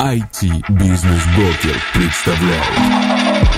IT-бизнес-брокер представляет.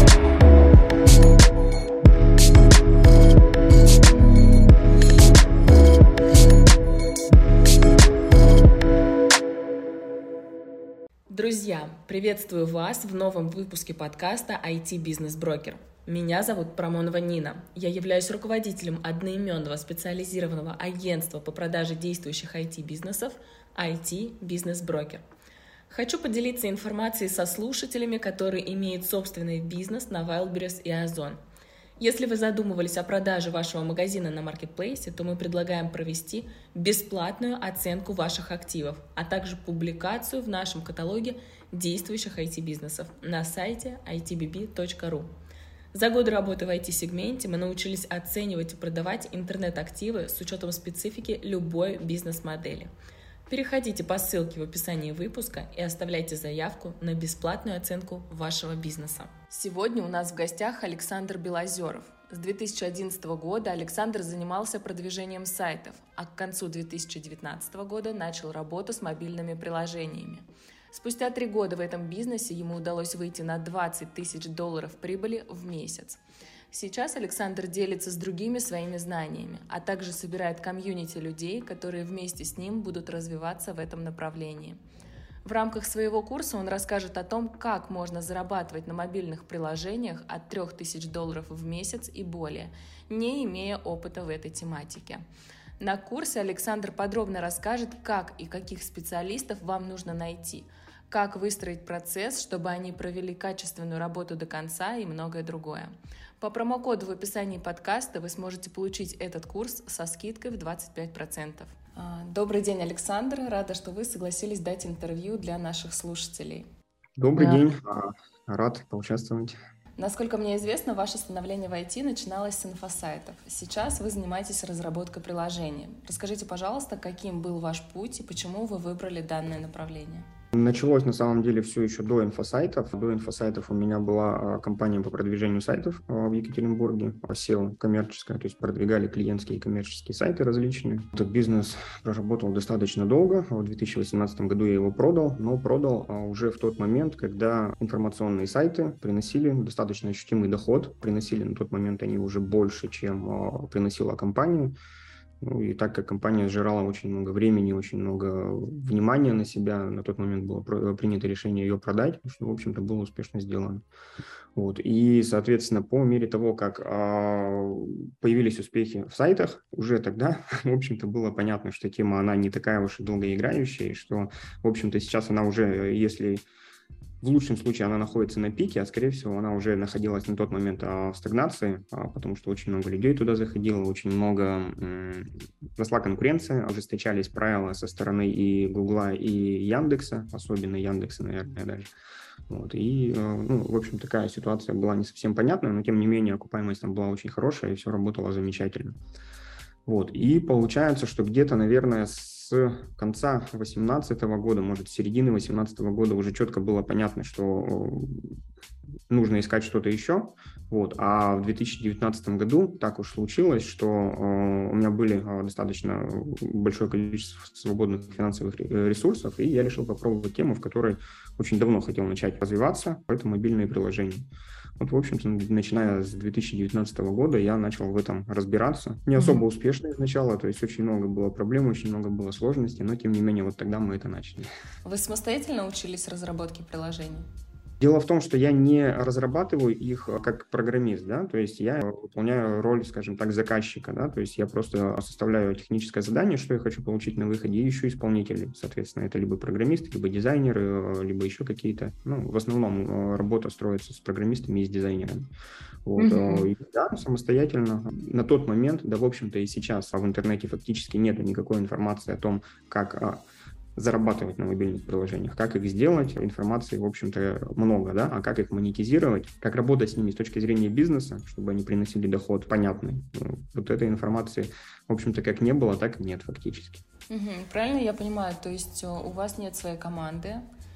Друзья, приветствую вас в новом выпуске подкаста IT-бизнес-брокер. Меня зовут Парамонова Нина. Я являюсь руководителем одноименного специализированного агентства по продаже действующих IT-бизнесов IT-бизнес-брокер. Хочу поделиться информацией со слушателями, которые имеют собственный бизнес на Wildberries и Озон. Если вы задумывались о продаже вашего магазина на маркетплейсе, то мы предлагаем провести бесплатную оценку ваших активов, а также публикацию в нашем каталоге действующих IT-бизнесов на сайте itbb.ru. За годы работы в IT-сегменте мы научились оценивать и продавать интернет-активы с учетом специфики любой бизнес-модели. Переходите по ссылке в описании выпуска и оставляйте заявку на бесплатную оценку вашего бизнеса. Сегодня у нас в гостях Александр Белозеров. С 2011 года Александр занимался продвижением сайтов, а к концу 2019 года начал работу с мобильными приложениями. Спустя 3 года в этом бизнесе ему удалось выйти на $20 тысяч прибыли в месяц. Сейчас Александр делится с другими своими знаниями, а также собирает комьюнити людей, которые вместе с ним будут развиваться в этом направлении. В рамках своего курса он расскажет о том, как можно зарабатывать на мобильных приложениях от $3000 в месяц и более, не имея опыта в этой тематике. На курсе Александр подробно расскажет, как и каких специалистов вам нужно найти, как выстроить процесс, чтобы они провели качественную работу до конца и многое другое. По промокоду в описании подкаста вы сможете получить этот курс со скидкой в 25%. Добрый день, Александр. Рада, что вы согласились дать интервью для наших слушателей. Добрый день. Рад поучаствовать. Насколько мне известно, ваше становление в IT начиналось с инфосайтов. Сейчас вы занимаетесь разработкой приложений. Расскажите, пожалуйста, каким был ваш путь и почему вы выбрали данное направление? Началось на самом деле все еще до инфосайтов. До инфосайтов у меня была компания по продвижению сайтов в Екатеринбурге, SEO коммерческая, то есть продвигали клиентские и коммерческие сайты различные. Этот бизнес проработал достаточно долго. В 2018 году я его продал, но продал уже в тот момент, когда информационные сайты приносили достаточно ощутимый доход. Приносили на тот момент они уже больше, чем приносила компания. Ну, и так как компания сжирала очень много времени, очень много внимания на себя, на тот момент было принято решение ее продать, что, в общем-то, было успешно сделано. Вот. И, соответственно, по мере того, как появились успехи в сайтах, уже тогда, в общем-то, было понятно, что тема, она не такая уж и долгоиграющая, и что, в общем-то, сейчас она уже, если... В лучшем случае она находится на пике, а скорее всего она уже находилась на тот момент в стагнации, потому что очень много людей туда заходило, очень много росла конкуренция, ожесточались правила со стороны и Гугла, и Яндекса, особенно Яндекса, наверное, даже. Вот. И, в общем, такая ситуация была не совсем понятная, но тем не менее окупаемость там была очень хорошая, и все работало замечательно. Вот. И получается, что где-то, наверное, с конца 2018 года, может, с середины 2018 года уже четко было понятно, что нужно искать что-то еще. Вот. А в 2019 году так уж случилось, что у меня были достаточно большое количество свободных финансовых ресурсов, и я решил попробовать тему, в которой очень давно хотел начать развиваться, это мобильные приложения. Вот, в общем-то, начиная с 2019 года я начал в этом разбираться. Не особо успешно изначально, то есть очень много было проблем, очень много было сложностей, но, тем не менее, вот тогда мы это начали. Вы самостоятельно учились разработке приложений? Дело в том, что я не разрабатываю их как программист, да, то есть я выполняю роль, скажем так, заказчика, да, то есть я просто составляю техническое задание, что я хочу получить на выходе, и ищу исполнителей, соответственно, это либо программисты, либо дизайнеры, либо еще какие-то, в основном работа строится с программистами и с дизайнерами. Вот, и, да, самостоятельно. На тот момент, да, в общем-то, и сейчас в интернете фактически нет никакой информации о том, как зарабатывать на мобильных приложениях, как их сделать, информации, в общем-то, много, да, а как их монетизировать, как работать с ними с точки зрения бизнеса, чтобы они приносили доход понятный. Вот этой информации, в общем-то, как не было, так и нет фактически. Правильно я понимаю, то есть у вас нет своей команды,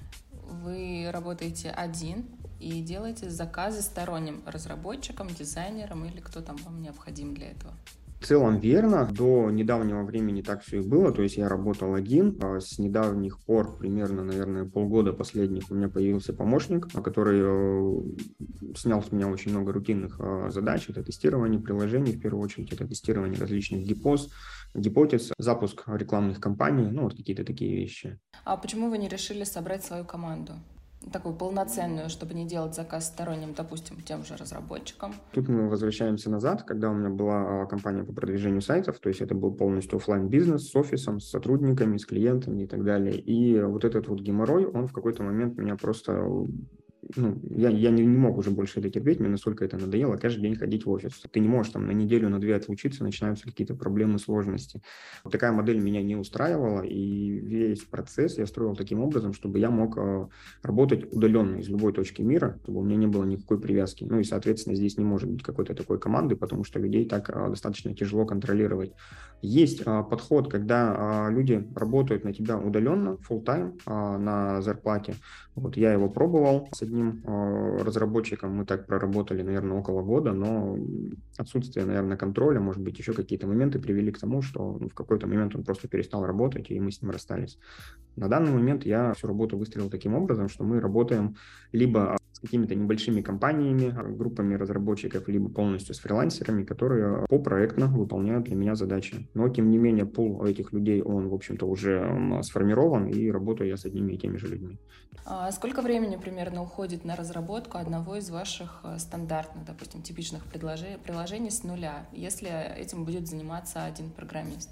вы работаете один и делаете заказы сторонним разработчикам, дизайнерам или кто там вам необходим для этого? В целом верно, до недавнего времени так все и было, то есть я работал один, а с недавних пор, примерно, наверное, полгода последних, у меня появился помощник, который снял с меня очень много рутинных задач, это тестирование приложений, в первую очередь, это тестирование различных гипотез, запуск рекламных кампаний, ну вот какие-то такие вещи. А почему вы не решили собрать свою команду? Такую полноценную, чтобы не делать заказ сторонним, допустим, тем же разработчикам. Тут мы возвращаемся назад, когда у меня была компания по продвижению сайтов, то есть это был полностью офлайн бизнес с офисом, с сотрудниками, с клиентами и так далее. И вот этот вот геморрой, он в какой-то момент меня просто... я не мог уже больше это терпеть, мне настолько это надоело, каждый день ходить в офис. Ты не можешь там на неделю, на две отлучиться, начинаются какие-то проблемы, сложности. Вот такая модель меня не устраивала, и весь процесс я строил таким образом, чтобы я мог работать удаленно из любой точки мира, чтобы у меня не было никакой привязки. Ну и, соответственно, здесь не может быть какой-то такой команды, потому что людей так достаточно тяжело контролировать. Есть подход, когда люди работают на тебя удаленно, full-time, на зарплате. Вот я его пробовал с одним разработчиком, мы так проработали, наверное, около года, но отсутствие, наверное, контроля, может быть, еще какие-то моменты привели к тому, что в какой-то момент он просто перестал работать, и мы с ним расстались. На данный момент я всю работу выстроил таким образом, что мы работаем либо с какими-то небольшими компаниями, группами разработчиков, либо полностью с фрилансерами, которые попроектно выполняют для меня задачи. Но, тем не менее, пул этих людей, он, в общем-то, уже сформирован, и работаю я с одними и теми же людьми. А сколько времени примерно уходит на разработку одного из ваших стандартных, допустим, типичных приложений с нуля, если этим будет заниматься один программист?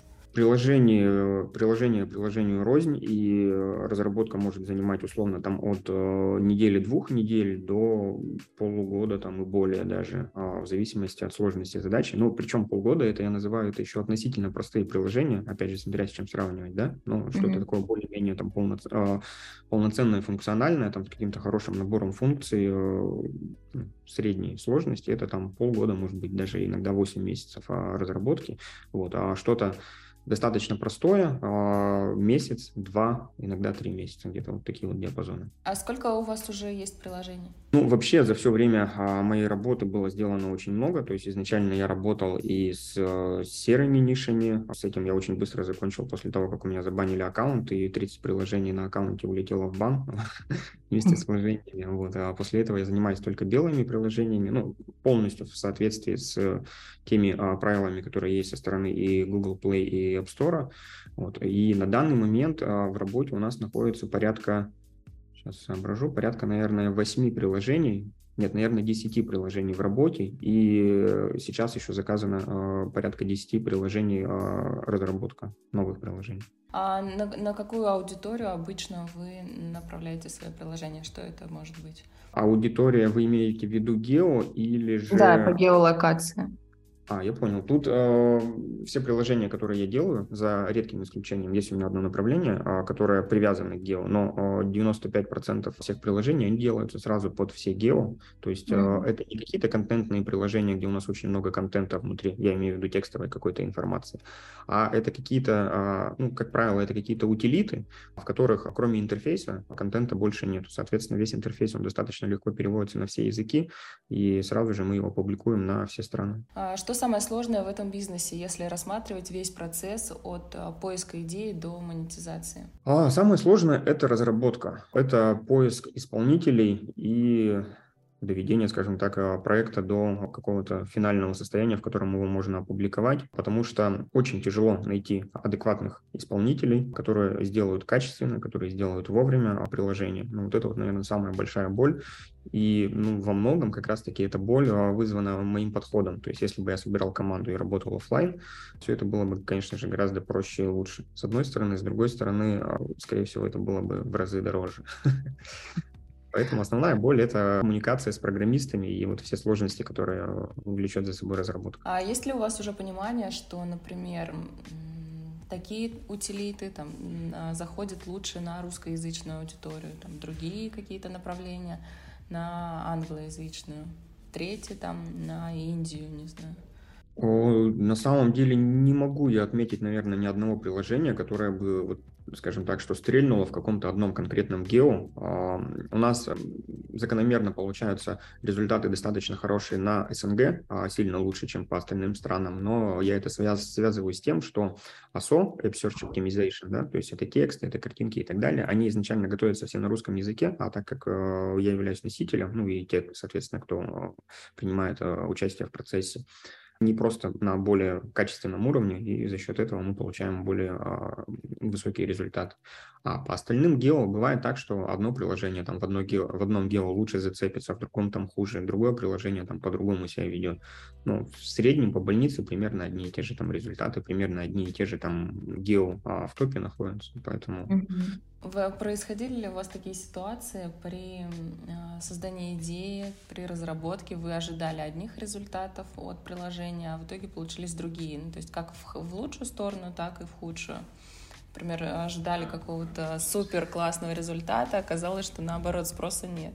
Приложению рознь, и разработка может занимать условно там от недели, 2 недель до полугода там и более даже, в зависимости от сложности задачи. Ну, причем полгода, это я называю, это еще относительно простые приложения, опять же, смотря с чем сравнивать, да, ну, что-то такое более-менее там полноценное, функциональное, там с каким-то хорошим набором функций средней сложности, это там полгода, может быть, даже иногда 8 месяцев разработки, вот, а что-то достаточно простое, месяц, 2, иногда 3 месяца, где-то вот такие вот диапазоны. А сколько у вас уже есть приложений? Ну, вообще за все время моей работы было сделано очень много, то есть изначально я работал и с серыми нишами, с этим я очень быстро закончил после того, как у меня забанили аккаунт, и 30 приложений на аккаунте улетело в бан вместе с вложениями, вот, а после этого я занимаюсь только белыми приложениями, ну, полностью в соответствии с теми правилами, которые есть со стороны и Google Play, и App Store, вот, и на данный момент в работе у нас находится порядка, сейчас соображу, порядка, наверное, 8 приложений, нет, наверное, 10 приложений в работе, и сейчас еще заказано порядка 10 приложений разработка новых приложений. А на какую аудиторию обычно вы направляете свои приложения? Что это может быть? Аудитория, вы имеете в виду гео или же... Да, по геолокации. Я понял. Тут все приложения, которые я делаю, за редким исключением, есть у меня одно направление, которое привязано к гео, но 95% всех приложений, они делаются сразу под все гео, то есть это не какие-то контентные приложения, где у нас очень много контента внутри, я имею в виду текстовой какой-то информации, а это какие-то, ну, как правило, это какие-то утилиты, в которых, кроме интерфейса, контента больше нет. Соответственно, весь интерфейс, он достаточно легко переводится на все языки, и сразу же мы его публикуем на все страны. Что самое сложное в этом бизнесе, если рассматривать весь процесс от поиска идеи до монетизации? Самое сложное – это разработка. Это поиск исполнителей и доведение, скажем так, проекта до какого-то финального состояния, в котором его можно опубликовать, потому что очень тяжело найти адекватных исполнителей, которые сделают качественно, которые сделают вовремя приложение. Ну, вот это вот, наверное, самая большая боль. И во многом как раз-таки эта боль вызвана моим подходом. То есть если бы я собирал команду и работал офлайн, все это было бы, конечно же, гораздо проще и лучше. С одной стороны. С другой стороны, скорее всего, это было бы в разы дороже. Поэтому основная боль – это коммуникация с программистами и вот все сложности, которые влечет за собой разработка. А есть ли у вас уже понимание, что, например, такие утилиты там заходят лучше на русскоязычную аудиторию, там другие какие-то направления на англоязычную, третьи там на Индию, не знаю? На самом деле не могу я отметить, наверное, ни одного приложения, которое бы, вот, скажем так, что стрельнуло в каком-то одном конкретном гео. У нас закономерно получаются результаты достаточно хорошие на СНГ, сильно лучше, чем по остальным странам, но я это связываю с тем, что ASO, App Search Optimization, да, то есть это тексты, это картинки и так далее, они изначально готовятся все на русском языке, а так как я являюсь носителем, ну и те, соответственно, кто принимает участие в процессе, не просто на более качественном уровне, и за счет этого мы получаем более высокие результаты. А по остальным гео бывает так, что одно приложение там в одном гео лучше зацепится, в другом там хуже, другое приложение там по-другому себя ведет. Ну, в среднем по больнице примерно одни и те же там результаты, примерно одни и те же там гео в топе находятся, поэтому... Происходили ли у вас такие ситуации при создании идеи, при разработке? Вы ожидали одних результатов от приложения, а в итоге получились другие? Ну, то есть как в лучшую сторону, так и в худшую. Например, ожидали какого-то супер классного результата, оказалось, что наоборот спроса нет.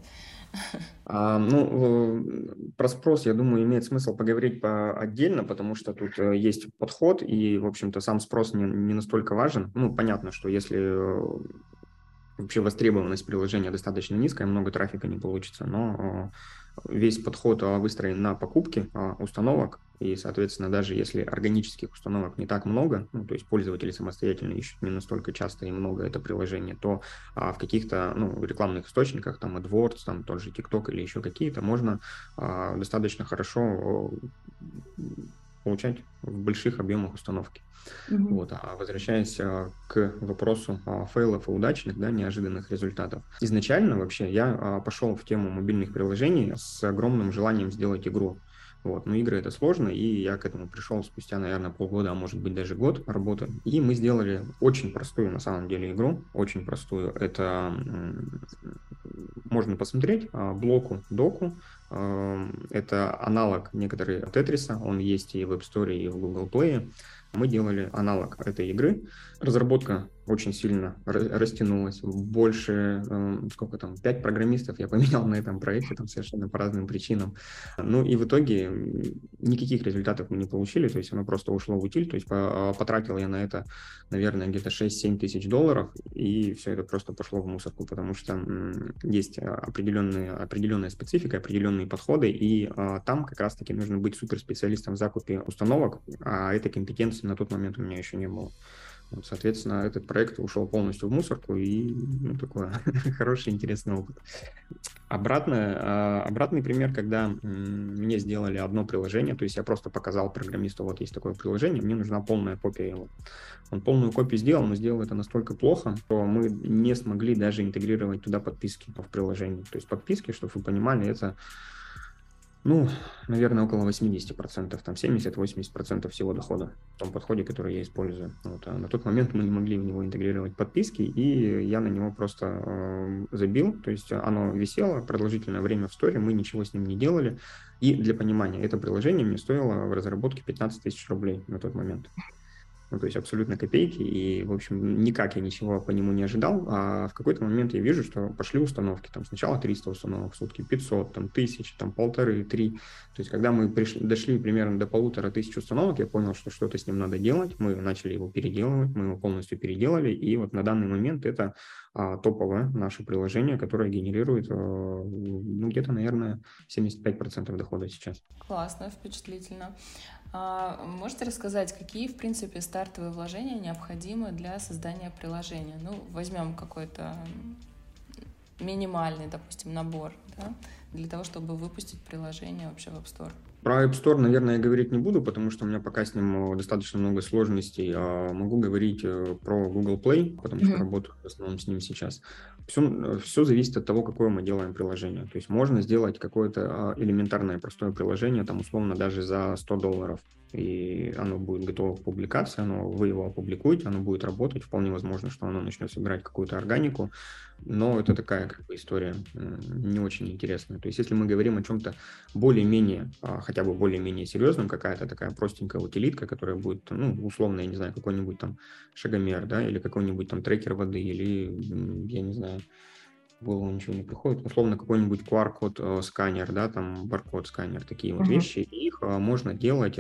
Про спрос, я думаю, имеет смысл поговорить отдельно, потому что тут есть подход, и, в общем-то, сам спрос не настолько важен. Ну, понятно, что если вообще востребованность приложения достаточно низкая, много трафика не получится, но весь подход выстроен на покупке установок, и, соответственно, даже если органических установок не так много, ну, то есть пользователи самостоятельно ищут не настолько часто и много это приложение, то в каких-то рекламных источниках, там AdWords, там тот же TikTok или еще какие-то, можно достаточно хорошо получать в больших объемах установки. Вот. А возвращаясь к вопросу фейлов и удачных, да, неожиданных результатов. Изначально вообще я пошел в тему мобильных приложений с огромным желанием сделать игру. Вот. Но игры это сложно, и я к этому пришел спустя, наверное, полгода, а может быть даже год работы. И мы сделали очень простую, на самом деле, игру. Очень простую. Это можно посмотреть блоку доку. Это аналог некоторые Тетриса. Он есть и в App Store, и в Google Play. Мы делали аналог этой игры. Разработка очень сильно растянулась. Больше, 5 программистов я поменял на этом проекте, там совершенно по разным причинам. Ну и в итоге никаких результатов мы не получили, то есть оно просто ушло в утиль, то есть потратил я на это, наверное, где-то 6-7 тысяч долларов, и все это просто пошло в мусорку, потому что есть определенная специфика, определенные подходы, и там как раз-таки нужно быть суперспециалистом в закупе установок, а этой компетенции на тот момент у меня еще не было. Вот, соответственно, этот проект ушел полностью в мусорку, и такой хороший, интересный опыт. Обратный пример, когда мне сделали одно приложение, то есть я просто показал программисту, вот есть такое приложение, мне нужна полная копия его. Он полную копию сделал, но сделал это настолько плохо, что мы не смогли даже интегрировать туда подписки в приложении. То есть подписки, чтобы вы понимали, это... наверное, около 80%, там 70-80% всего дохода в том подходе, который я использую. Вот. А на тот момент мы не могли в него интегрировать подписки, и я на него просто забил, то есть оно висело продолжительное время в сторе, мы ничего с ним не делали, и для понимания, это приложение мне стоило в разработке 15 тысяч рублей на тот момент. То есть абсолютно копейки, и, в общем, никак я ничего по нему не ожидал, а в какой-то момент я вижу, что пошли установки, там сначала 300 установок в сутки, 500, там 1000, там 1500-3. То есть когда мы дошли примерно до 1500 установок, я понял, что что-то с ним надо делать, мы начали его переделывать, мы его полностью переделали, и вот на данный момент это топовое наше приложение, которое генерирует где-то, наверное, 75% дохода сейчас. Классно, впечатлительно. Можете рассказать, какие, в принципе, стартовые вложения необходимы для создания приложения? Возьмем какой-то минимальный, допустим, набор, да, для того, чтобы выпустить приложение вообще в App Store. Про App Store, наверное, говорить не буду, потому что у меня пока с ним достаточно много сложностей. Могу говорить про Google Play, потому что работаю в основном с ним сейчас. Все зависит от того, какое мы делаем приложение. То есть можно сделать какое-то элементарное простое приложение, там условно даже за $100, и оно будет готово к публикации, вы его опубликуете, оно будет работать, вполне возможно, что оно начнет собирать какую-то органику, но это такая история не очень интересная. То есть если мы говорим о чем-то более-менее, хотя бы более-менее серьезном, какая-то такая простенькая утилитка, которая будет, условно, я не знаю, какой-нибудь там шагомер, да, или какой-нибудь там трекер воды, или, я не знаю, в голову ничего не приходит, условно, какой-нибудь QR-код сканер, да, там баркод сканер, такие вот вещи, их можно делать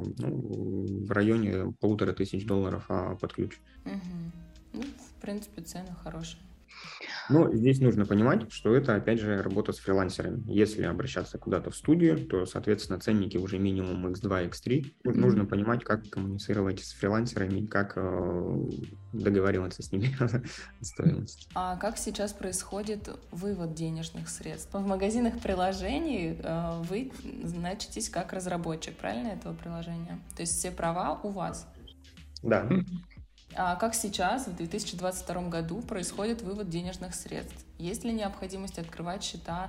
в районе $1500 под ключ. В принципе, цены хорошие. Но здесь нужно понимать, что это, опять же, работа с фрилансерами. Если обращаться куда-то в студию, то, соответственно, ценники уже минимум X2, X3. Нужно понимать, как коммуницировать с фрилансерами, как договариваться с ними о стоимости. А как сейчас происходит вывод денежных средств? В магазинах приложений вы значитесь как разработчик, правильно, этого приложения? То есть все права у вас? Да. А как сейчас, в 2022 году, происходит вывод денежных средств? Есть ли необходимость открывать счета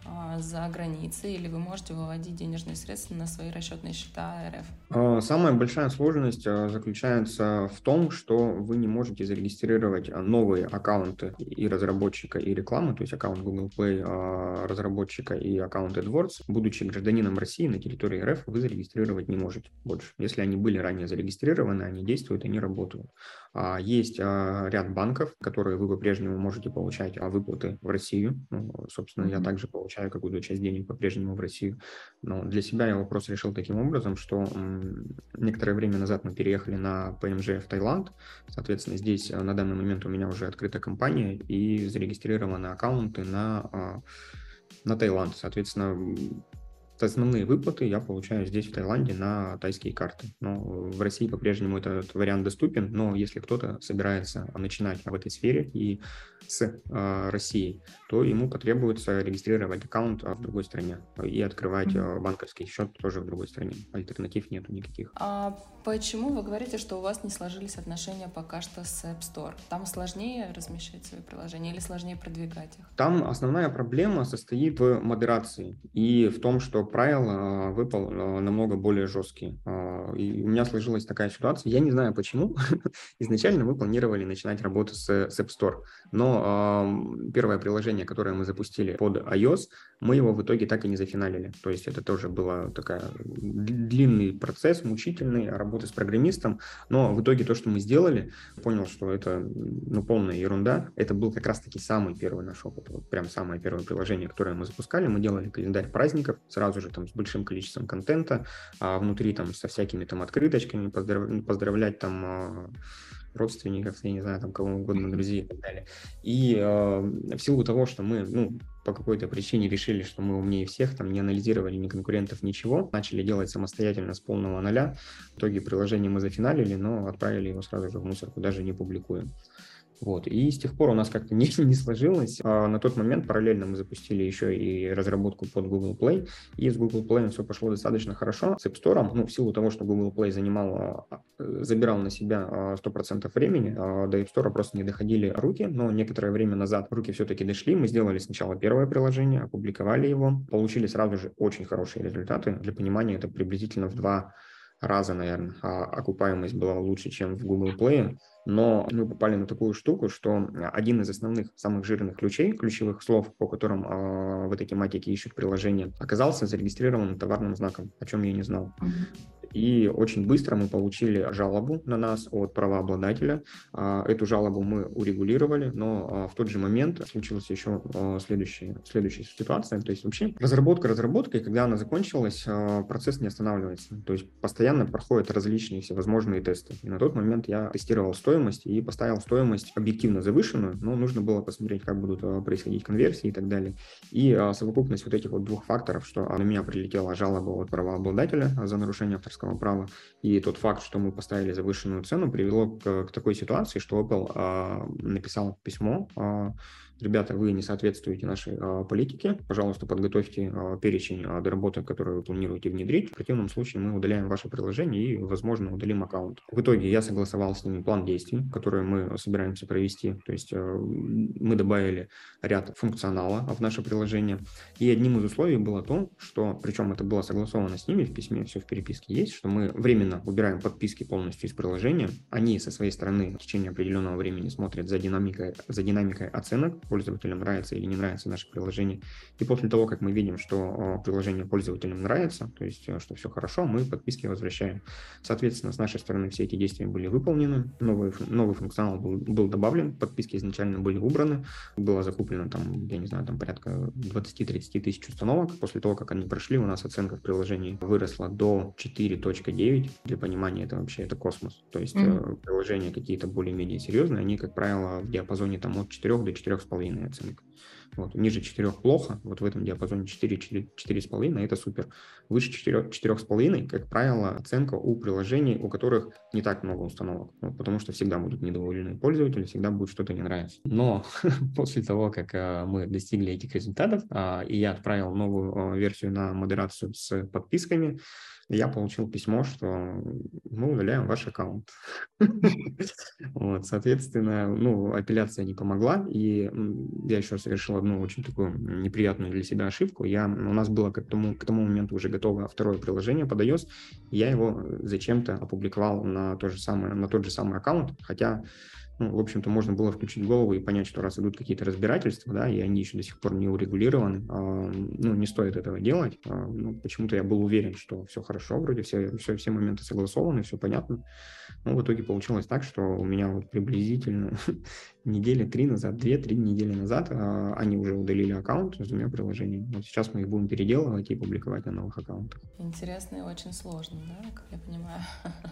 за границей, или вы можете выводить денежные средства на свои расчетные счета РФ? Самая большая сложность заключается в том, что вы не можете зарегистрировать новые аккаунты и разработчика, и рекламы, то есть аккаунт Google Play разработчика и аккаунт AdWords. Будучи гражданином России, на территории РФ вы зарегистрировать не можете больше. Если они были ранее зарегистрированы, они действуют, они работают. Есть ряд банков, которые вы по-прежнему можете получать выплаты в Россию. Собственно, я также получаю какую-то часть денег по-прежнему в Россию. Но для себя я вопрос решил таким образом, что некоторое время назад мы переехали на PMG в Таиланд. Соответственно, здесь на данный момент у меня уже открыта компания и зарегистрированы аккаунты на Таиланд. Соответственно, основные выплаты я получаю здесь, в Таиланде, на тайские карты. Но в России по-прежнему этот вариант доступен, но если кто-то собирается начинать в этой сфере и с России, то ему потребуется регистрировать аккаунт в другой стране и открывать банковский счет тоже в другой стране. Альтернатив нету никаких. А почему вы говорите, что у вас не сложились отношения пока что с App Store? Там сложнее размещать свои приложения или сложнее продвигать их? Там основная проблема состоит в модерации и в том, что правила намного более жесткие. И у меня сложилась такая ситуация. Я не знаю почему. Изначально мы планировали начинать работу с App Store, но первое приложение, которое мы запустили под iOS, мы его в итоге так и не зафиналили. То есть это тоже был такой длинный процесс, мучительный, работы с программистом. Но в итоге то, что мы сделали, понял, что это полная ерунда. Это был как раз-таки самый первый наш опыт. Вот прям самое первое приложение, которое мы запускали. Мы делали календарь праздников, сразу же там с большим количеством контента, внутри там со всякими там открыточками, поздравлять там родственников, я не знаю, там кого угодно, друзей и так далее. И в силу того, что мы, по какой-то причине решили, что мы умнее всех, там не анализировали ни конкурентов, ничего, начали делать самостоятельно с полного нуля. В итоге приложение мы зафиналили, но отправили его сразу же в мусорку, даже не публикуем. Вот. И с тех пор у нас как-то не сложилось. На тот момент параллельно мы запустили еще и разработку под Google Play, и с Google Play все пошло достаточно хорошо. С App Store, в силу того, что Google Play забирал на себя 100% времени, до App Store просто не доходили руки, но некоторое время назад руки все-таки дошли. Мы сделали сначала первое приложение, опубликовали его, получили сразу же очень хорошие результаты. Для понимания, это приблизительно в 2 раза, наверное, окупаемость была лучше, чем в Google Play, но мы попали на такую штуку, что один из основных, самых жирных ключевых слов, по которым в этой тематике ищут приложения, оказался зарегистрированным товарным знаком, о чем я не знал. И очень быстро мы получили жалобу на нас от правообладателя. Эту жалобу мы урегулировали, но в тот же момент случилась еще следующая ситуация. То есть вообще разработка, и когда она закончилась, процесс не останавливается. То есть постоянно проходят различные всевозможные тесты. И на тот момент я тестировал стоимость и поставил стоимость объективно завышенную, но нужно было посмотреть, как будут происходить конверсии и так далее. И совокупность вот этих вот 2 факторов, что на меня прилетела жалоба от правообладателя за нарушение авторского права, и тот факт, что мы поставили завышенную цену, привело к такой ситуации, что Apple написал письмо: ребята, вы не соответствуете нашей политике, пожалуйста, подготовьте перечень доработок, которые вы планируете внедрить. В противном случае мы удаляем ваше приложение и, возможно, удалим аккаунт. В итоге я согласовал с ними план действий, который мы собираемся провести. То есть мы добавили ряд функционала в наше приложение. И одним из условий было то, что, причем это было согласовано с ними в письме, все в переписке есть, что мы временно убираем подписки полностью из приложения. Они со своей стороны в течение определенного времени смотрят за динамикой оценок, пользователям нравится или не нравится наше приложение. И после того, как мы видим, что приложение пользователям нравится, то есть, что все хорошо, мы подписки возвращаем. Соответственно, с нашей стороны все эти действия были выполнены, новый функционал был добавлен, подписки изначально были убраны, было закуплено там, я не знаю, там порядка 20-30 тысяч установок. После того, как они прошли, у нас оценка в приложении выросла до 4.9. Для понимания, это космос. То есть приложения какие-то более-менее серьезные, они, как правило, в диапазоне там от 4 до 4,5 оценок. Вот, ниже 4 плохо, вот в этом диапазоне 4,5 это супер. Выше 4,5, как правило, оценка у приложений, у которых не так много установок, потому что всегда будут недовольны пользователи, всегда будет что-то не нравиться. Но после того, как мы достигли этих результатов, и я отправил новую версию на модерацию с подписками, я получил письмо, что мы удаляем ваш аккаунт. Вот, соответственно, апелляция не помогла, и я еще совершил одну очень такую неприятную для себя ошибку. У нас было к тому моменту уже готово второе приложение под iOS, и я его зачем-то опубликовал на тот же самый аккаунт, хотя в общем-то, можно было включить голову и понять, что раз идут какие-то разбирательства, да, и они еще до сих пор не урегулированы, не стоит этого делать. Почему-то я был уверен, что все хорошо, вроде все моменты согласованы, все понятно. Но в итоге получилось так, что у меня вот приблизительно недели 3 назад, 2-3 недели назад они уже удалили аккаунт с двумя приложениями. Вот сейчас мы их будем переделывать и публиковать на новых аккаунтах. Интересно и очень сложно, да, как я понимаю?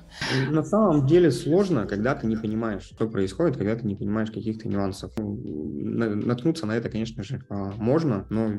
На самом деле сложно, когда ты не понимаешь, что происходит, когда ты не понимаешь каких-то нюансов. Наткнуться на это, конечно же, можно, но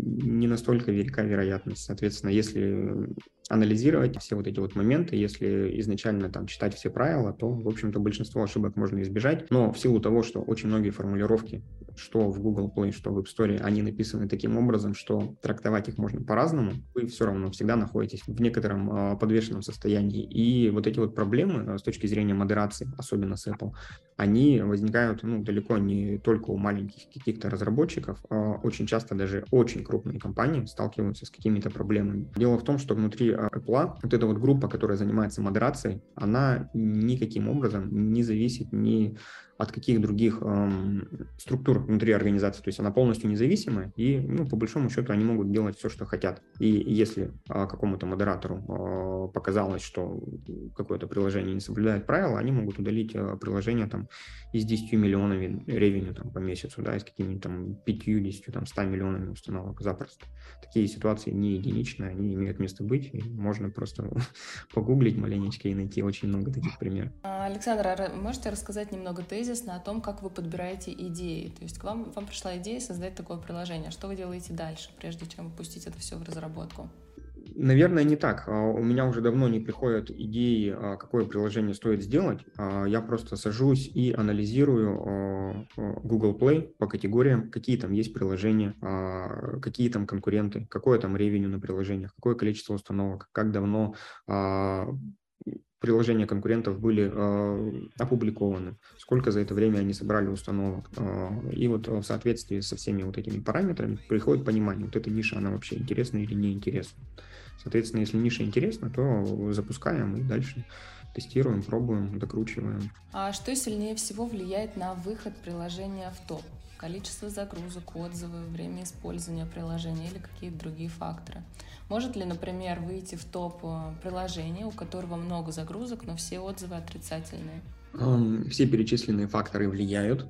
не настолько велика вероятность. Соответственно, если анализировать все вот эти вот моменты, если изначально там читать все правила, то, в общем-то, большинство ошибок можно избежать. Но в силу того, что очень многие формулировки, что в Google Play, что в App Store, они написаны таким образом, что трактовать их можно по-разному, вы все равно всегда находитесь в некотором подвешенном состоянии. И вот эти вот проблемы с точки зрения модерации, особенно с Apple, они возникают далеко не только у маленьких каких-то разработчиков, очень часто даже очень крупные компании сталкиваются с какими-то проблемами. Дело в том, что внутри Apple вот эта вот группа, которая занимается модерацией, она никаким образом не зависит ни от каких других структур внутри организации. То есть она полностью независимая, и, по большому счету, они могут делать все, что хотят. И если какому-то модератору показалось, что какое-то приложение не соблюдает правила, они могут удалить приложение там из 10 миллионами ревеню по месяцу, да, из какими-то там 50, 100 миллионами установок запросто. Такие ситуации не единичные, они имеют место быть, и можно просто погуглить маленечко и найти очень много таких примеров. Александр, а можете рассказать немного тезисно о том, как вы подбираете идеи? То есть вам пришла идея создать такое приложение. Что вы делаете дальше, прежде чем пустить это все в разработку? Наверное, не так. У меня уже давно не приходят идеи, какое приложение стоит сделать. Я просто сажусь и анализирую Google Play по категориям, какие там есть приложения, какие там конкуренты, какое там ревеню на приложениях, какое количество установок, как давно приложения конкурентов были опубликованы, сколько за это время они собрали установок. И вот в соответствии со всеми вот этими параметрами приходит понимание, вот эта ниша, она вообще интересна или не интересна. Соответственно, если ниша интересна, то запускаем и дальше тестируем, пробуем, докручиваем. А что сильнее всего влияет на выход приложения в топ? Количество загрузок, отзывы, время использования приложения или какие-то другие факторы? Может ли, например, выйти в топ приложение, у которого много загрузок, но все отзывы отрицательные? Все перечисленные факторы влияют.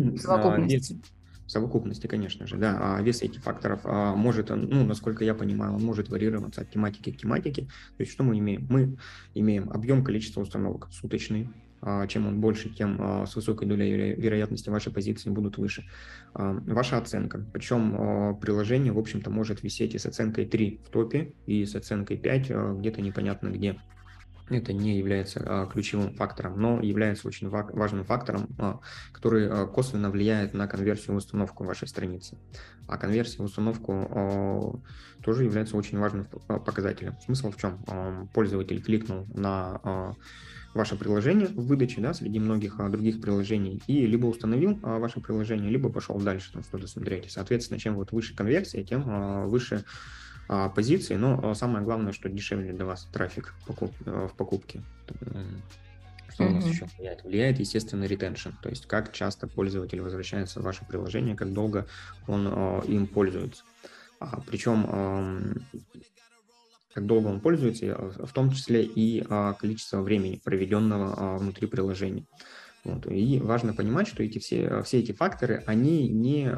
В совокупности, конечно же, да. А вес этих факторов может, насколько я понимаю, он может варьироваться от тематики к тематике. То есть что мы имеем? Мы имеем объем количества установок суточный. Чем он больше, тем с высокой долей вероятности ваши позиции будут выше. Ваша оценка. Причем приложение, в общем-то, может висеть и с оценкой 3 в топе, и с оценкой 5 где-то непонятно где. Это не является ключевым фактором, но является очень важным фактором, который косвенно влияет на конверсию в установку вашей страницы. А конверсия в установку тоже является очень важным показателем. Смысл в чем? Пользователь кликнул на ваше приложение в выдаче, да, среди многих других приложений, и либо установил ваше приложение, либо пошел дальше что-то смотреть. И, соответственно, чем выше конверсия, тем выше позиции, но самое главное, что дешевле для вас трафик в покупке. Что у нас еще влияет? Влияет, естественно, retention, то есть как часто пользователь возвращается в ваше приложение, как долго он им пользуется. Причем как долго он пользуется, в том числе и количество времени, проведенного внутри приложения. Вот. И важно понимать, что все эти факторы, они не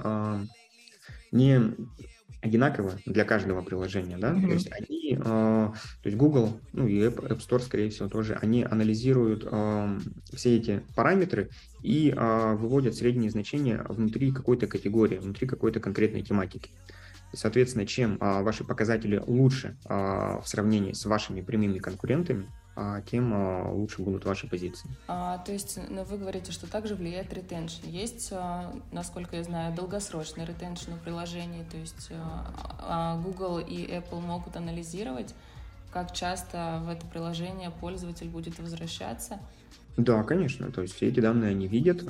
одинаково для каждого приложения, да, то есть то есть Google, ну и App Store, скорее всего, тоже, они анализируют все эти параметры и выводят средние значения внутри какой-то категории, внутри какой-то конкретной тематики. И, соответственно, чем ваши показатели лучше в сравнении с вашими прямыми конкурентами, тем лучше будут ваши позиции. То есть вы говорите, что также влияет ретеншн. Есть, насколько я знаю, долгосрочный ретеншн у приложений, то есть Google и Apple могут анализировать, как часто в это приложение пользователь будет возвращаться. Да, конечно. То есть все эти данные они видят,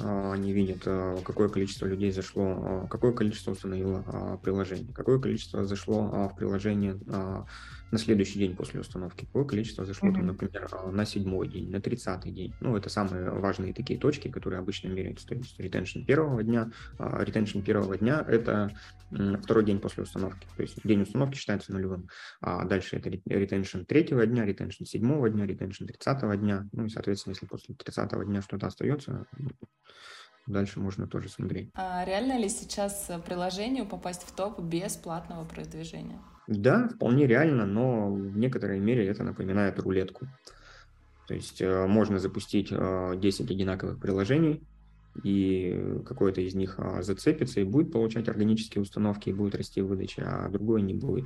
какое количество людей зашло, какое количество установило приложение, какое количество зашло в приложение на следующий день после установки, какое количество зашло, там, например, на 7-й день, на 30-й день. Ну, это самые важные такие точки, которые обычно меряются. То есть ретеншн первого дня. Ретеншн первого дня – это второй день после установки. То есть день установки считается нулевым. Дальше это ретеншн третьего дня, ретеншн 7-го дня, ретеншн 30-го дня. Ну и, соответственно, если после 30-го дня что-то остается, дальше можно тоже смотреть. Реально ли сейчас приложению попасть в топ без платного продвижения? Да, вполне реально, но в некоторой мере это напоминает рулетку. То есть можно запустить 10 одинаковых приложений, и какое-то из них зацепится и будет получать органические установки, и будет расти выдача, а другое не будет.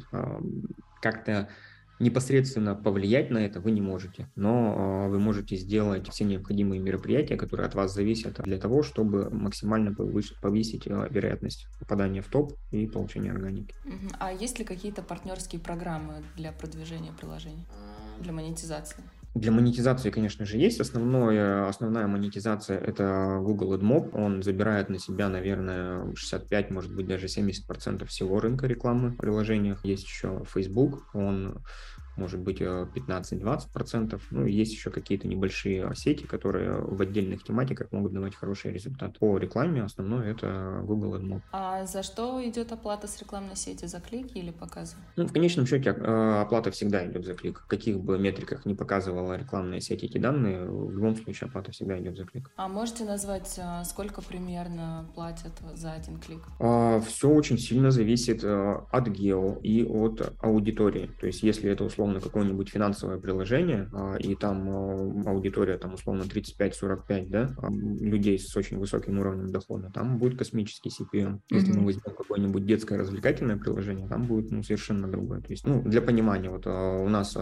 Как-то непосредственно повлиять на это вы не можете, но вы можете сделать все необходимые мероприятия, которые от вас зависят, для того, чтобы максимально повысить вероятность попадания в топ и получения органики. А есть ли какие-то партнерские программы для продвижения приложений, для монетизации? Для монетизации, конечно же, есть. Основная монетизация – это Google AdMob. Он забирает на себя, наверное, 65, может быть, даже 70% всего рынка рекламы в приложениях. Есть еще Facebook, он может быть 15-20%. Ну, и есть еще какие-то небольшие сети, которые в отдельных тематиках могут давать хороший результат. По рекламе основное – это Google AdMob. А за что идет оплата с рекламной сети? За клики или показы? Ну, в конечном счете оплата всегда идет за клик. В каких бы метриках не показывала рекламная сеть эти данные, в любом случае оплата всегда идет за клик. А можете назвать, сколько примерно платят за один клик? Все очень сильно зависит от гео и от аудитории. То есть если это условно какое-нибудь финансовое приложение, и там аудитория там условно 35-45, да, людей с очень высоким уровнем дохода, там будет космический CPM. Если мы возьмем какое-нибудь детское развлекательное приложение, там будет совершенно другое. То есть, для понимания, вот у нас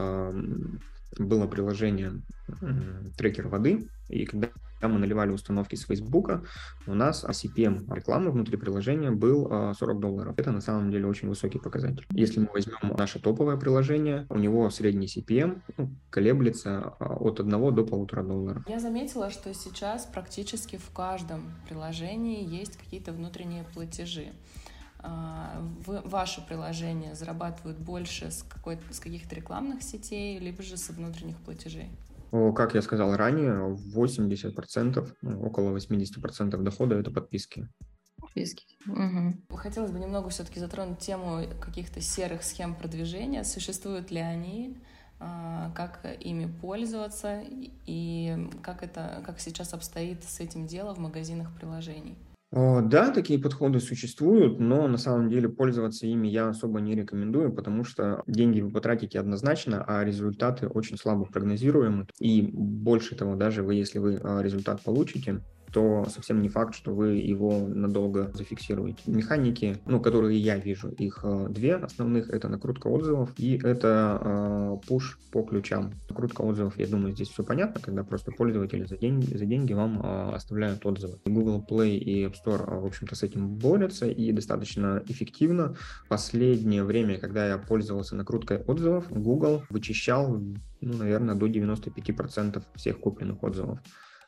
было приложение трекер воды, и когда мы наливали установки с Фейсбука, у нас CPM рекламы внутри приложения был $40. Это на самом деле очень высокий показатель. Если мы возьмем наше топовое приложение, у него средний CPM колеблется от $1 до $1,5. Я заметила, что сейчас практически в каждом приложении есть какие-то внутренние платежи. Ваше приложение зарабатывают больше с каких-то рекламных сетей, либо же со внутренних платежей? Как я сказал ранее, 80%, около 80% дохода – это подписки. Хотелось бы немного все-таки затронуть тему каких-то серых схем продвижения. Существуют ли они? Как ими пользоваться? И как сейчас обстоит с этим дело в магазинах приложений? Да, такие подходы существуют, но на самом деле пользоваться ими я особо не рекомендую, потому что деньги вы потратите однозначно, а результаты очень слабо прогнозируемы. И больше того, даже если вы результат получите, то совсем не факт, что вы его надолго зафиксируете. Механики, которые я вижу, их две основных, это накрутка отзывов и это пуш по ключам. Накрутка отзывов, я думаю, здесь все понятно, когда просто пользователи за деньги вам оставляют отзывы. Google Play и App Store, в общем-то, с этим борются и достаточно эффективно. Последнее время, когда я пользовался накруткой отзывов, Google вычищал, наверное, до 95% всех купленных отзывов.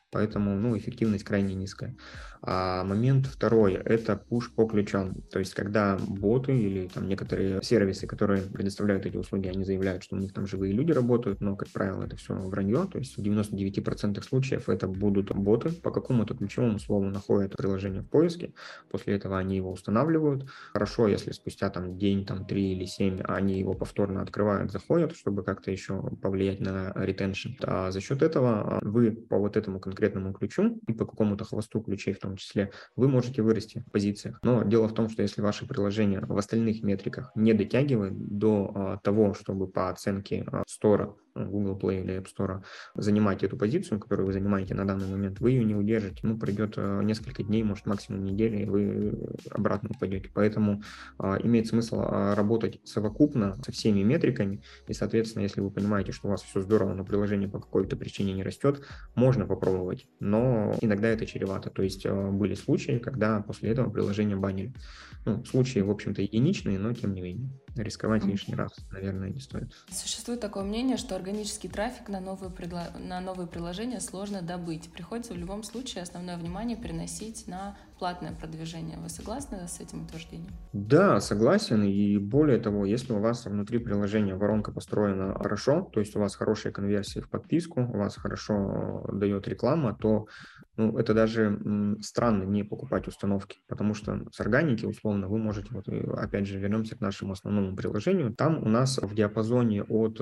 поэтому эффективность крайне низкая. А момент второй – это push по ключам, то есть когда боты или там некоторые сервисы, которые предоставляют эти услуги, они заявляют, что у них там живые люди работают, но, как правило, это все вранье, то есть в 99% случаев это будут боты, по какому-то ключевому слову находят приложение в поиске, после этого они его устанавливают. Хорошо, если спустя там день, там 3 или 7 они его повторно открывают, заходят, чтобы как-то еще повлиять на ретеншн. А за счет этого вы по вот этому конкретному ключу и по какому-то хвосту ключей в том числе, вы можете вырасти в позициях. Но дело в том, что если ваше приложение в остальных метриках не дотягивает до того, чтобы по оценке Store, Google Play или App Store занимать эту позицию, которую вы занимаете на данный момент, вы ее не удержите. Пройдет несколько дней, может, максимум недели, и вы обратно упадете. Поэтому имеет смысл работать совокупно со всеми метриками, и, соответственно, если вы понимаете, что у вас все здорово, но приложение по какой-то причине не растет, можно попробовать, но иногда это чревато. То есть были случаи, когда после этого приложение банили. Случаи, в общем-то, единичные, но тем не менее. Рисковать лишний раз, наверное, не стоит. Существует такое мнение, что органический трафик на новые приложения сложно добыть. Приходится в любом случае основное внимание переносить на платное продвижение. Вы согласны с этим утверждением? Да, согласен. И более того, если у вас внутри приложения воронка построена хорошо, то есть у вас хорошие конверсии в подписку, у вас хорошо дает реклама, то это даже странно не покупать установки, потому что с органики, условно, вы можете, опять же, вернемся к нашему основному приложению, там у нас в диапазоне от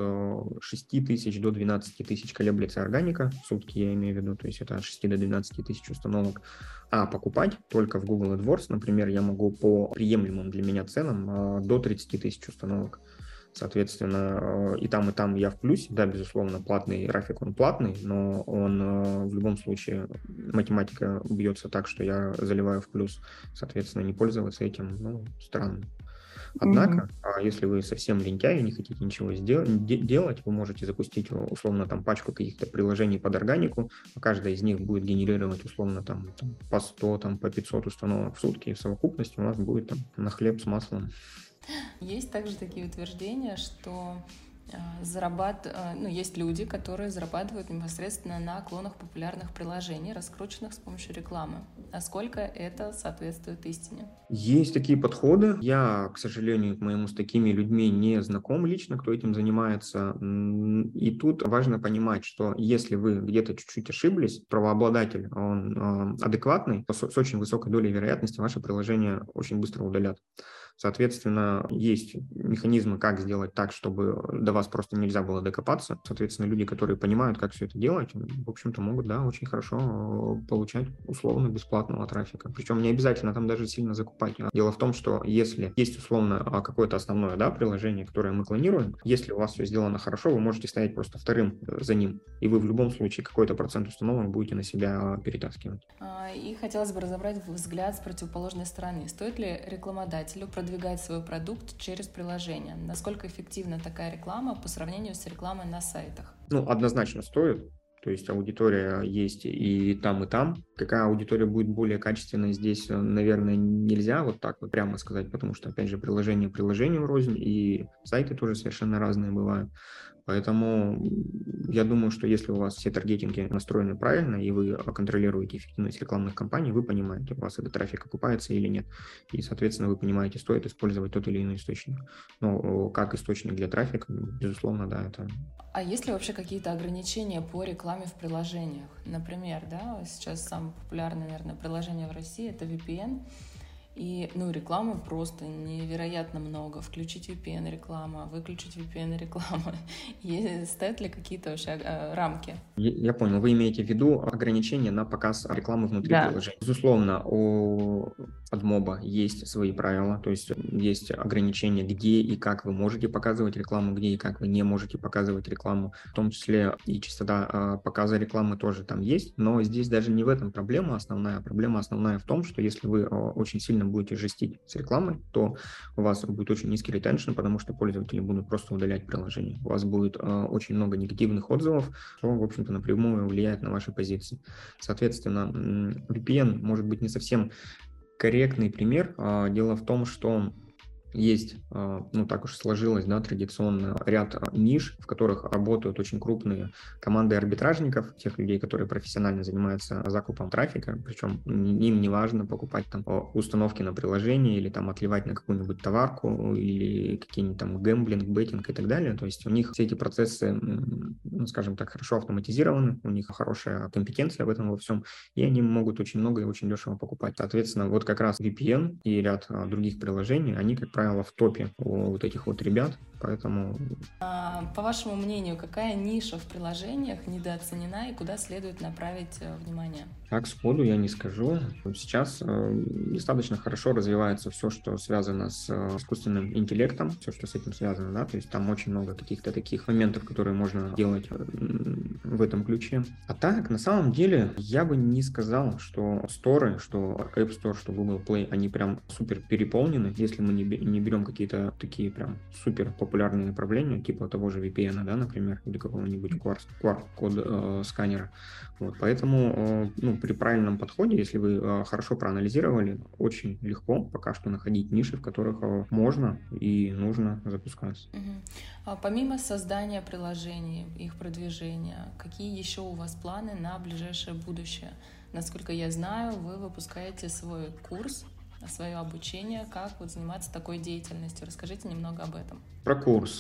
6 тысяч до 12 тысяч колеблется органика, в сутки я имею в виду, то есть это от 6 до 12 тысяч установок, а покупать только в Google AdWords, например, я могу по приемлемым для меня ценам до 30 тысяч установок. Соответственно, и там я в плюсе, да, безусловно, платный трафик, он платный, но он в любом случае, математика бьется так, что я заливаю в плюс, соответственно, не пользоваться этим, странно. Однако, если вы совсем лентяй и не хотите ничего делать, вы можете запустить, условно, там пачку каких-то приложений под органику, каждая из них будет генерировать, условно, там по 100, там, по 500 установок в сутки, и в совокупности у вас будет там на хлеб с маслом. Есть также такие утверждения, что есть люди, которые зарабатывают непосредственно на клонах популярных приложений, раскрученных с помощью рекламы. Насколько это соответствует истине? Есть такие подходы. Я, к сожалению, с такими людьми не знаком лично, кто этим занимается. И тут важно понимать, что если вы где-то чуть-чуть ошиблись, правообладатель, он адекватный, то с очень высокой долей вероятности ваше приложение очень быстро удалят. Соответственно, есть механизмы, как сделать так, чтобы до вас просто нельзя было докопаться. Соответственно, люди, которые понимают, как все это делать, в общем-то, могут, да, очень хорошо получать условно бесплатного трафика. Причем не обязательно там даже сильно закупать. Дело в том, что если есть условно какое-то основное, да, приложение, которое мы клонируем, если у вас все сделано хорошо, вы можете стоять просто вторым за ним, и вы в любом случае какой-то процент установок будете на себя перетаскивать. И хотелось бы разобрать взгляд с противоположной стороны. Стоит ли рекламодателю продвигать свой продукт через приложение? Насколько эффективна такая реклама по сравнению с рекламой на сайтах? Однозначно стоит. То есть аудитория есть и там, и там. Какая аудитория будет более качественной, здесь, наверное, нельзя вот так вот прямо сказать, потому что, опять же, приложение приложению рознь, и сайты тоже совершенно разные бывают. Поэтому я думаю, что если у вас все таргетинги настроены правильно, и вы контролируете эффективность рекламных кампаний, вы понимаете, у вас этот трафик окупается или нет. И, соответственно, вы понимаете, стоит использовать тот или иной источник. Но как источник для трафика, безусловно, да, это... А есть ли вообще какие-то ограничения по рекламе в приложениях? Например, да, сейчас самое популярное, наверное, приложение в России — это VPN. И, рекламы просто невероятно много. Включить VPN-реклама, выключить VPN-реклама. Стоят ли какие-то вообще рамки? Я понял. Вы имеете в виду ограничения на показ рекламы внутри приложения. Безусловно, у AdMob есть свои правила, то есть есть ограничения, где и как вы можете показывать рекламу, где и как вы не можете показывать рекламу. В том числе и частота показа рекламы тоже там есть, но здесь даже не в этом проблема основная. Проблема основная в том, что если вы очень сильно будете жестить с рекламой, то у вас будет очень низкий ретеншн, потому что пользователи будут просто удалять приложение. У вас будет очень много негативных отзывов, что, в общем-то, напрямую влияет на ваши позиции. Соответственно, VPN может быть не совсем корректный пример. Дело в том, что есть, ну так уж сложилось, да, традиционно ряд ниш, в которых работают очень крупные команды арбитражников, тех людей, которые профессионально занимаются закупом трафика, причем им не важно покупать там установки на приложение или там отливать на какую-нибудь товарку или какие-нибудь там гэмблинг, беттинг и так далее. То есть у них все эти процессы, ну, скажем так, хорошо автоматизированы, у них хорошая компетенция в этом во всем, и они могут очень много и очень дешево покупать. Соответственно, вот как раз VPN и ряд других приложений, они, как правило, в топе у вот этих вот ребят, поэтому... По вашему мнению, какая ниша в приложениях недооценена и куда следует направить внимание? Так, сходу я не скажу. Сейчас достаточно хорошо развивается все, что связано с искусственным интеллектом, все, что с этим связано, да, то есть там очень много каких-то таких моментов, которые можно делать в этом ключе. А так, на самом деле, я бы не сказал, что сторы, что App Store, что Google Play, они прям супер переполнены, если мы не берем какие-то такие прям супер популярные направления, типа того же VPN, да, например, или какого-нибудь QR-код сканера. Вот, поэтому, ну, при правильном подходе, если вы хорошо проанализировали, очень легко пока что находить ниши, в которых можно и нужно запускаться. Помимо создания приложений, их продвижения, какие еще у вас планы на ближайшее будущее? Насколько я знаю, вы выпускаете свой курс, свое обучение, как вот заниматься такой деятельностью. Расскажите немного об этом. Про курс.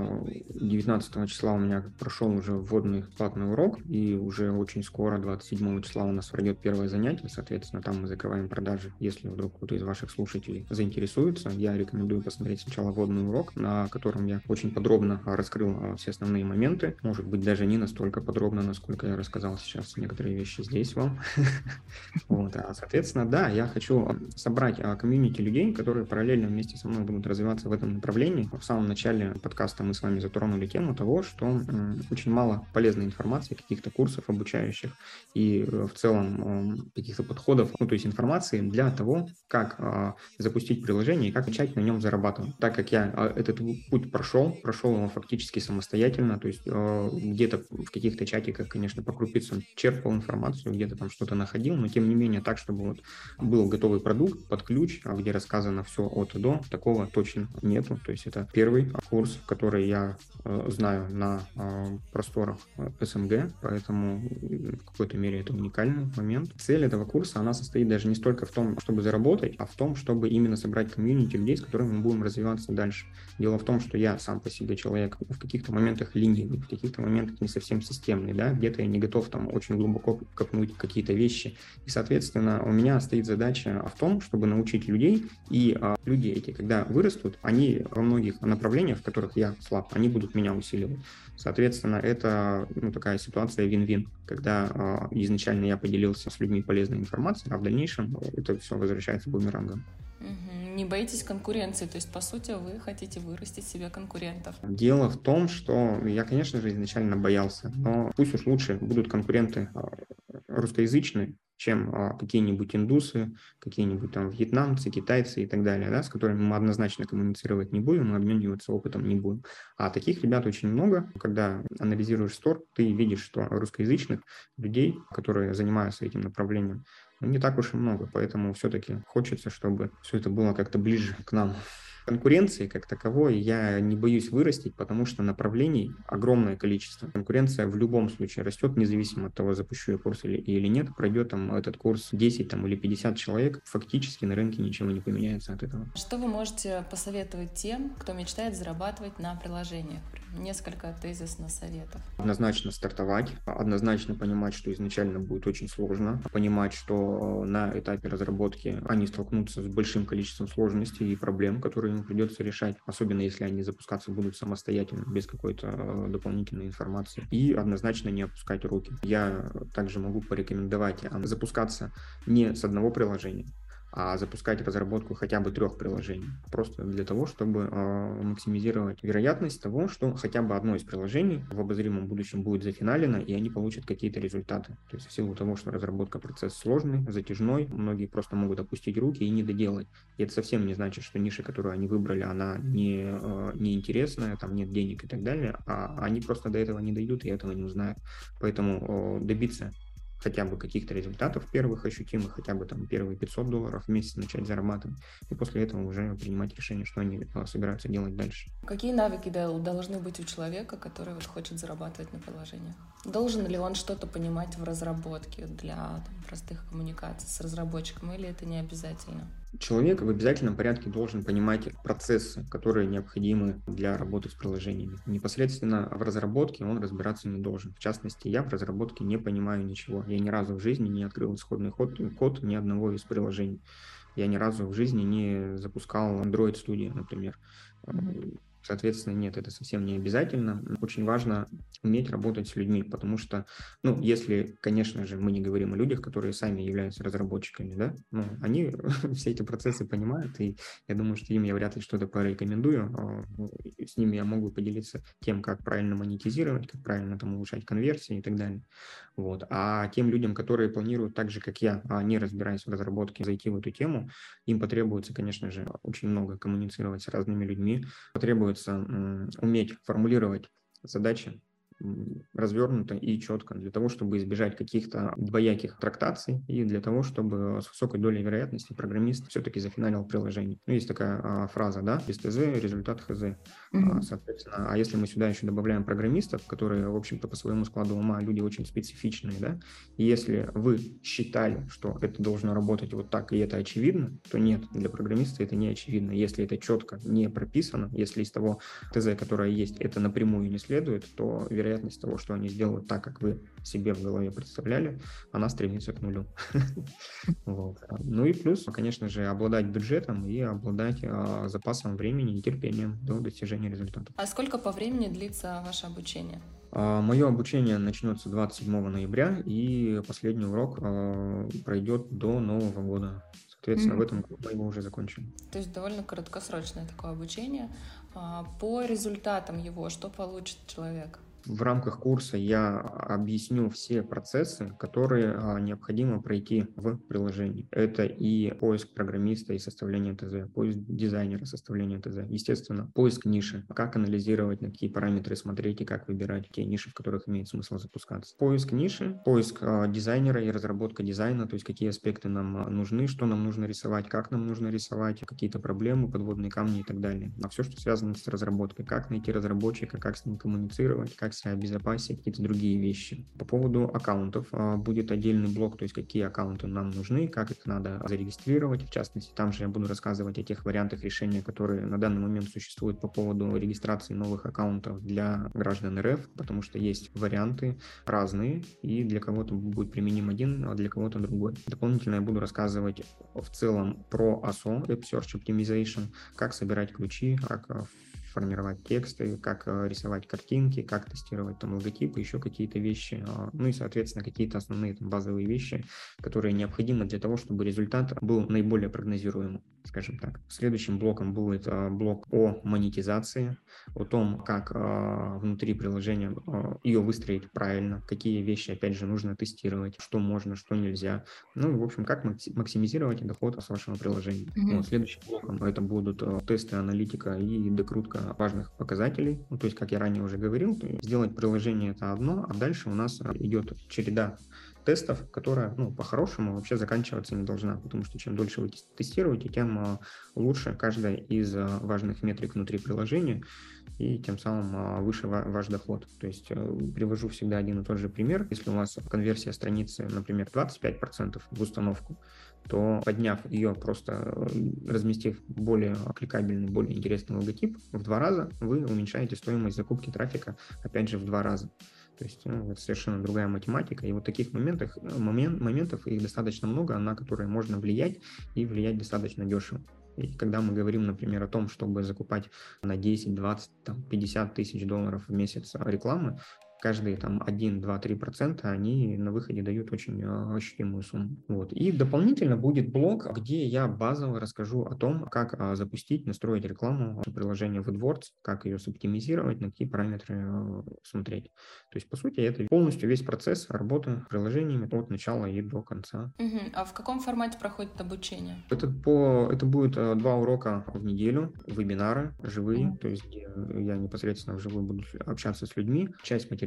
19 числа у меня прошел уже вводный платный урок, и уже очень скоро, 27 числа, у нас пройдет первое занятие, соответственно, там мы закрываем продажи. Если вдруг кто-то из ваших слушателей заинтересуется, я рекомендую посмотреть сначала вводный урок, на котором я очень подробно раскрыл все основные моменты, может быть, даже не настолько подробно, насколько я рассказал сейчас некоторые вещи здесь вам. Соответственно, да, я хочу собрать комьюнити людей, которые параллельно вместе со мной будут развиваться в этом направлении. В самом начале подкаста мы с вами затронули тему того, что очень мало полезной информации, каких-то курсов обучающих и в целом каких-то подходов, ну, то есть информации для того, как запустить приложение и как начать на нем зарабатывать. Так как я этот путь прошел его фактически самостоятельно, то есть где-то в каких-то чатиках, конечно, по крупицам черпал информацию, где-то там что-то находил, но тем не менее так, чтобы вот был готовый продукт под ключ, где рассказано все от и до, такого точно нету. То есть это первый курс, который я знаю на просторах СНГ, поэтому в какой-то мере это уникальный момент. Цель этого курса, она состоит даже не столько в том, чтобы заработать, а в том, чтобы именно собрать комьюнити людей, с которыми мы будем развиваться дальше. Дело в том, что я сам по себе человек в каких-то моментах ленивый, в каких-то моментах не совсем системный, да, где-то я не готов там очень глубоко копнуть какие-то вещи. И, соответственно, у меня стоит задача в том, чтобы научить людей, и люди эти, когда вырастут, они во многих направлениях, в которых я слаб, они будут меня усиливать. Соответственно, это такая ситуация вин-вин, когда изначально я поделился с людьми полезной информацией, а в дальнейшем это все возвращается бумерангом. Не боитесь конкуренции? То есть, по сути, вы хотите вырастить себе конкурентов? Дело в том, что я, конечно же, изначально боялся, но пусть уж лучше будут конкуренты русскоязычные, чем какие-нибудь индусы, какие-нибудь там вьетнамцы, китайцы и так далее, да, с которыми мы однозначно коммуницировать не будем, мы обмениваться опытом не будем. А таких ребят очень много. Когда анализируешь стор, ты видишь, что русскоязычных людей, которые занимаются этим направлением, не так уж и много, поэтому все-таки хочется, чтобы все это было как-то ближе к нам. Конкуренции как таковой я не боюсь вырастить, потому что направлений огромное количество. Конкуренция в любом случае растет, независимо от того, запущу я курс или нет. Пройдет там этот курс 10 там, или 50 человек, фактически на рынке ничего не поменяется от этого. Что вы можете посоветовать тем, кто мечтает зарабатывать на приложениях? Несколько тезисных советов. Однозначно стартовать, однозначно понимать, что изначально будет очень сложно, понимать, что на этапе разработки они столкнутся с большим количеством сложностей и проблем, которые им придется решать, особенно если они запускаться будут самостоятельно, без какой-то дополнительной информации. И однозначно не опускать руки. Я также могу порекомендовать запускаться не с одного приложения, а запускать разработку хотя бы 3 приложений. Просто для того, чтобы максимизировать вероятность того, что хотя бы одно из приложений в обозримом будущем будет зафиналено, и они получат какие-то результаты. То есть в силу того, что разработка процесс сложный, затяжной, многие просто могут опустить руки и не доделать. И это совсем не значит, что ниша, которую они выбрали, она не интересная, там нет денег и так далее, а они просто до этого не дойдут и этого не узнают. Поэтому добиться хотя бы каких-то результатов первых ощутимых, хотя бы там первые $500 в месяц начать зарабатывать, и после этого уже принимать решение, что они собираются делать дальше. Какие навыки должны быть у человека, который вот хочет зарабатывать на приложениях? Должен ли он что-то понимать в разработке для простых коммуникаций с разработчиком, или это не обязательно? Человек в обязательном порядке должен понимать процессы, которые необходимы для работы с приложениями. Непосредственно в разработке он разбираться не должен. В частности, я в разработке не понимаю ничего. Я ни разу в жизни не открыл исходный код ни одного из приложений. Я ни разу в жизни не запускал Android Studio, например. Соответственно, нет, это совсем не обязательно. Очень важно уметь работать с людьми, потому что, если, конечно же, мы не говорим о людях, которые сами являются разработчиками, да, они все эти процессы понимают, и я думаю, что им я вряд ли что-то порекомендую. С ними я могу поделиться тем, как правильно монетизировать, как правильно там улучшать конверсии и так далее. Вот. А тем людям, которые планируют так же, как я, не разбираясь в разработке, зайти в эту тему, им потребуется, конечно же, очень много коммуницировать с разными людьми, потребуется уметь формулировать задачи развернуто и четко для того, чтобы избежать каких-то двояких трактаций и для того, чтобы с высокой долей вероятности программист все-таки зафиналил приложение. Есть такая фраза, да, без ТЗ результат ХЗ. Соответственно, а если мы сюда еще добавляем программистов, которые, в общем-то, по своему складу ума люди очень специфичные, да, и если вы считали, что это должно работать вот так, и это очевидно, то нет, для программиста это не очевидно. Если это четко не прописано, если из того ТЗ, которое есть, это напрямую не следует, то вероятность того, что они сделают так, как вы себе в голове представляли, она стремится к нулю. Ну и плюс, конечно же, обладать бюджетом и обладать запасом времени и терпением до достижения результатов. А сколько по времени длится ваше обучение? Мое обучение начнется 27 ноября, и последний урок пройдет до Нового года. Соответственно, в этом году мы его уже закончим. То есть довольно краткосрочное такое обучение. По результатам его что получит человек? В рамках курса я объясню все процессы, которые необходимо пройти в приложении. Это и поиск программиста и составление ТЗ, поиск дизайнера, составление ТЗ, естественно, поиск ниши, как анализировать, на какие параметры смотреть и как выбирать те ниши, в которых имеет смысл запускаться. Поиск ниши, поиск дизайнера и разработка дизайна, то есть какие аспекты нам нужны, что нам нужно рисовать, как нам нужно рисовать, какие-то проблемы, подводные камни и так далее. А все, что связано с разработкой, как найти разработчика, как с ним коммуницировать, как себя обезопасить, какие-то другие вещи. По поводу аккаунтов будет отдельный блок, то есть какие аккаунты нам нужны, как их надо зарегистрировать. В частности, там же я буду рассказывать о тех вариантах решения, которые на данный момент существуют по поводу регистрации новых аккаунтов для граждан РФ, потому что есть варианты разные, и для кого-то будет применим один, а для кого-то другой. Дополнительно я буду рассказывать в целом про ASO, App Search Optimization, как собирать ключи, как формировать тексты, как рисовать картинки, как тестировать там логотипы, еще какие-то вещи, ну и, соответственно, какие-то основные там базовые вещи, которые необходимы для того, чтобы результат был наиболее прогнозируемым, скажем так. Следующим блоком будет блок о монетизации, о том, как внутри приложения ее выстроить правильно, какие вещи, опять же, нужно тестировать, что можно, что нельзя. Ну, в общем, как максимизировать доход с вашего приложения. Следующим блоком это будут тесты, аналитика и докрутка важных показателей. То есть, как я ранее уже говорил, сделать приложение — это одно, а дальше у нас идет череда тестов, которая, по-хорошему вообще заканчиваться не должна, потому что чем дольше вы тестируете, тем лучше каждая из важных метрик внутри приложения, и тем самым выше ваш доход. То есть привожу всегда один и тот же пример. Если у вас конверсия страницы, например, 25% в установку, то подняв ее, просто разместив более кликабельный, более интересный логотип, в 2 раза вы уменьшаете стоимость закупки трафика, опять же, в 2 раза. То есть это совершенно другая математика. И вот таких моментов их достаточно много, на которые можно влиять и влиять достаточно дешево. И когда мы говорим, например, о том, чтобы закупать на 10, 20, 50 тысяч долларов в месяц рекламы, каждые 1, 2, 3% они на выходе дают очень ощутимую сумму. Вот. И дополнительно будет блок, где я базово расскажу о том, как запустить, настроить рекламу приложения в AdWords, как ее соптимизировать, на какие параметры смотреть. То есть, по сути, это полностью весь процесс работы с приложениями от начала и до конца. А в каком формате проходит обучение? Это будет 2 урока в неделю, вебинары живые, то есть где я непосредственно вживую буду общаться с людьми. Часть материалов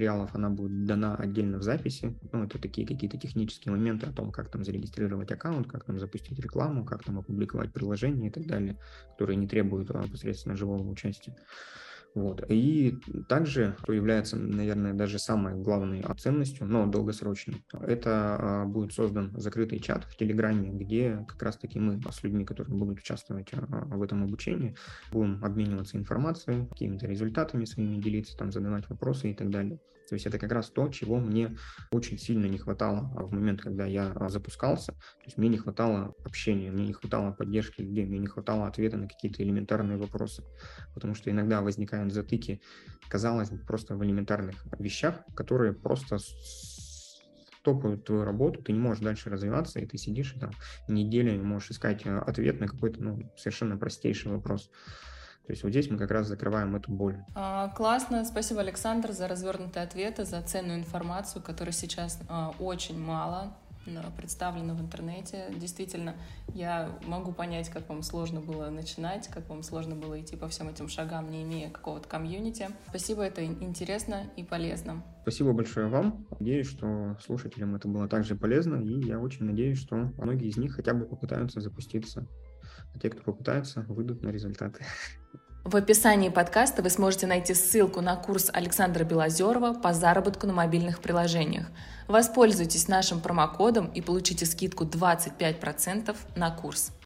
материалов, она будет дана отдельно в записи. Это такие какие-то технические моменты о том, как там зарегистрировать аккаунт, как там запустить рекламу, как там опубликовать приложение и так далее, которые не требуют непосредственно живого участия. И также, что является, наверное, даже самой главной ценностью, но долгосрочной, это будет создан закрытый чат в Телеграме, где как раз-таки мы с людьми, которые будут участвовать в этом обучении, будем обмениваться информацией, какими-то результатами своими делиться, там, задавать вопросы и так далее. То есть это как раз то, чего мне очень сильно не хватало в момент, когда я запускался. То есть мне не хватало общения, мне не хватало поддержки людей, мне не хватало ответа на какие-то элементарные вопросы. Потому что иногда возникают затыки, казалось бы, просто в элементарных вещах, которые просто стопают твою работу, ты не можешь дальше развиваться, и ты сидишь и там неделями можешь искать ответ на какой-то совершенно простейший вопрос. То есть здесь мы как раз закрываем эту боль. Классно. Спасибо, Александр, за развернутые ответы, за ценную информацию, которой сейчас очень мало представлено в интернете. Действительно, я могу понять, как вам сложно было начинать, как вам сложно было идти по всем этим шагам, не имея какого-то комьюнити. Спасибо, это интересно и полезно. Спасибо большое вам. Надеюсь, что слушателям это было также полезно, и я очень надеюсь, что многие из них хотя бы попытаются запуститься. А те, кто попытаются, выйдут на результаты. В описании подкаста вы сможете найти ссылку на курс Александра Белозерова по заработку на мобильных приложениях. Воспользуйтесь нашим промокодом и получите скидку 25% на курс.